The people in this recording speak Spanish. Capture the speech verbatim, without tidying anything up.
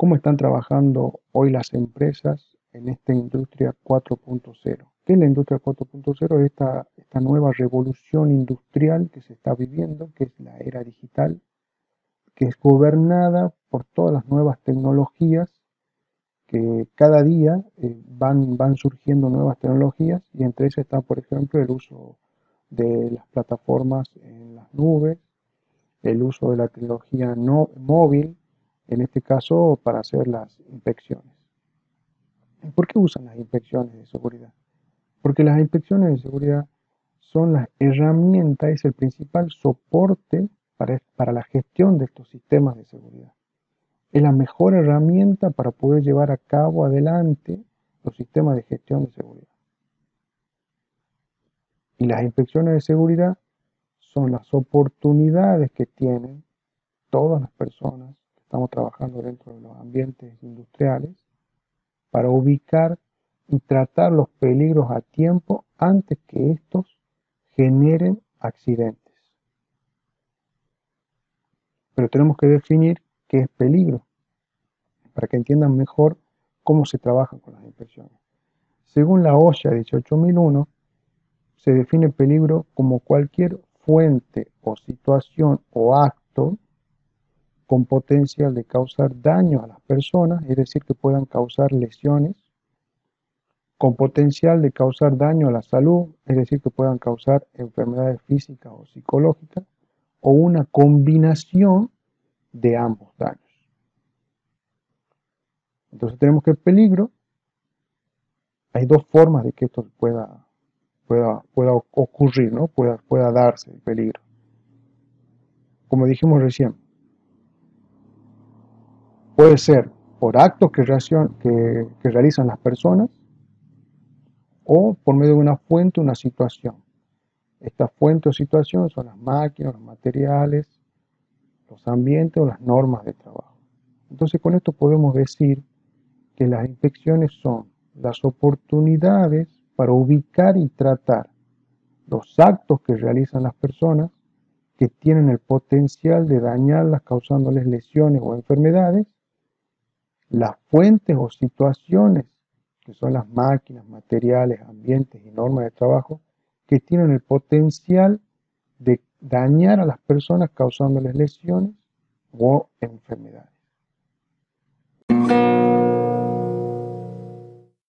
¿Cómo están trabajando hoy las empresas en esta industria cuatro punto cero? ¿Qué es la industria cuatro punto cero? Esta, esta nueva revolución industrial que se está viviendo, que es la era digital, que es gobernada por todas las nuevas tecnologías, que cada día eh, van, van surgiendo nuevas tecnologías, y entre esas está, por ejemplo, el uso de las plataformas en las nubes, el uso de la tecnología no móvil, en este caso para hacer las inspecciones. ¿Por qué usan las inspecciones de seguridad? Porque las inspecciones de seguridad son las herramientas, es el principal soporte para, para la gestión de estos sistemas de seguridad. Es la mejor herramienta para poder llevar a cabo adelante los sistemas de gestión de seguridad. Y las inspecciones de seguridad son las oportunidades que tienen todas las personas que estamos trabajando dentro de los ambientes industriales para ubicar y tratar los peligros a tiempo antes que estos generen accidentes. Pero tenemos que definir qué es peligro para que entiendan mejor cómo se trabaja con las inspecciones. Según la OSHA dieciocho mil uno, se define peligro como cualquier fuente o situación o acto con potencial de causar daño a las personas, es decir, que puedan causar lesiones, con potencial de causar daño a la salud, es decir, que puedan causar enfermedades físicas o psicológicas, o una combinación de ambos daños. Entonces tenemos que el peligro, hay dos formas de que esto pueda, pueda, pueda ocurrir, ¿no? pueda, pueda darse el peligro. Como dijimos recién, puede ser por actos que, que, que realizan las personas, o por medio de una fuente, una situación. Esta fuente o situación son las máquinas, los materiales, los ambientes o las normas de trabajo. Entonces, con esto podemos decir que las inspecciones son las oportunidades para ubicar y tratar los actos que realizan las personas que tienen el potencial de dañarlas causándoles lesiones o enfermedades, las fuentes o situaciones que son las máquinas, materiales, ambientes y normas de trabajo que tienen el potencial de dañar a las personas causándoles lesiones o enfermedades.